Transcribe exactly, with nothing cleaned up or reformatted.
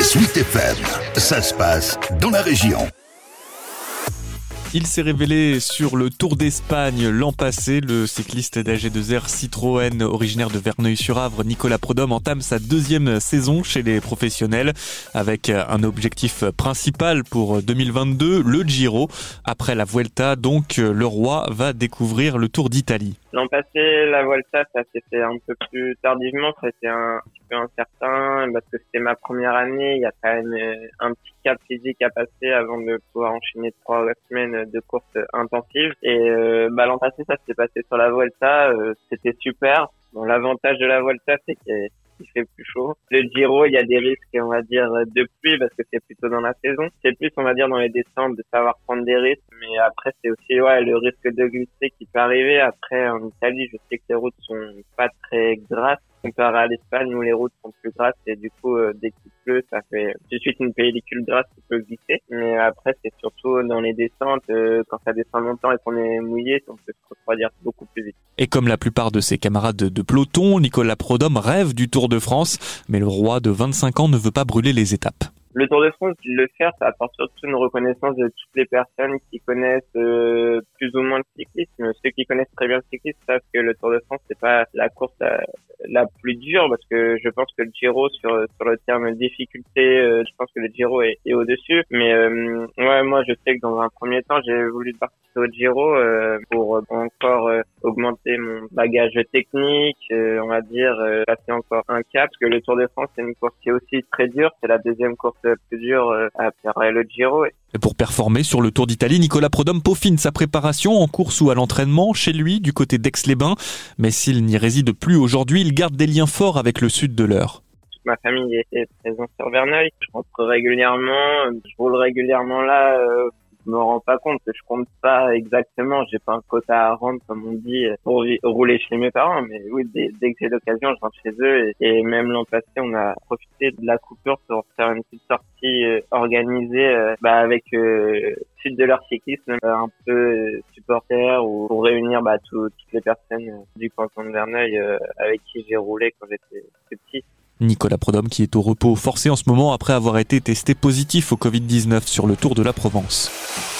Sweet F M, ça se passe dans la région. Il s'est révélé sur le Tour d'Espagne l'an passé. Le cycliste d'A G deux R Citroën, originaire de Verneuil-sur-Avre, Nicolas Prodhomme, entame sa deuxième saison chez les professionnels avec un objectif principal pour deux mille vingt-deux, le Giro. Après la Vuelta, donc, le Roi va découvrir le Tour d'Italie. L'an passé, la Vuelta, ça s'est fait un peu plus tardivement. Ça a été un petit peu incertain parce que c'était ma première année. Il y a quand même un petit cap physique à passer avant de pouvoir enchaîner trois semaines de course intensive. Et euh, bah, l'an passé, ça s'est passé sur la Vuelta. Euh, c'était super. Bon, l'avantage de la Vuelta, c'est qu'il il fait plus chaud. Le Giro, il y a des risques, on va dire, de pluie parce que c'est plutôt dans la saison. C'est plus, on va dire, dans les descentes de savoir prendre des risques. Mais après, c'est aussi, ouais, le risque de glisser qui peut arriver. Après, en Italie, je sais que les routes sont pas très grasses comparé à l'Espagne où les routes sont plus grasses et du coup, euh, dès qu'il pleut, ça fait tout de suite une pellicule grasse qui peut glisser. Mais après, c'est surtout dans les descentes, euh, quand ça descend longtemps et qu'on est mouillé, on peut se refroidir beaucoup plus vite. Et comme la plupart de ses camarades de peloton, Nicolas Prodhomme rêve du Tour de France, mais le Roi de vingt-cinq ans ne veut pas brûler les étapes. Le Tour de France, le faire, ça apporte surtout une reconnaissance de toutes les personnes qui connaissent euh, plus ou moins le cyclisme. Ceux qui connaissent très bien le cyclisme savent que le Tour de France, c'est pas la course la, la plus dure, parce que je pense que le Giro, sur sur le terme difficulté, euh, je pense que le Giro est, est au-dessus. Mais euh, ouais, moi, je sais que dans un premier temps, j'ai voulu participer au Giro euh, pour encore euh, augmenter mon bagage technique, euh, on va dire, euh, passer encore un cap, parce que le Tour de France, c'est une course qui est aussi très dure. C'est la deuxième course plus dur après le Giro. Et pour performer sur le Tour d'Italie, Nicolas Prodhomme peaufine sa préparation en course ou à l'entraînement chez lui, du côté d'Aix-les-Bains. Mais s'il n'y réside plus aujourd'hui, il garde des liens forts avec le sud de l'Eure. Toute ma famille est présente sur Verneuil. Je rentre régulièrement, je roule régulièrement là. Euh, je me rends pas compte que je compte pas exactement. J'ai pas un quota à rendre, comme on dit, pour rouler chez mes parents. Mais oui, dès, dès que j'ai l'occasion, je rentre chez eux. Et, et même l'an passé, on a profité de la coupure pour faire une petite sortie euh, organisée euh, bah, avec euh, Sud de l'Eure cyclisme, euh, un peu euh, supporters ou pour réunir bah, tout, toutes les personnes euh, du canton de Verneuil euh, avec qui j'ai roulé quand j'étais plus petit. Nicolas Prodhomme qui est au repos forcé en ce moment après avoir été testé positif au covid dix-neuf sur le Tour de la Provence.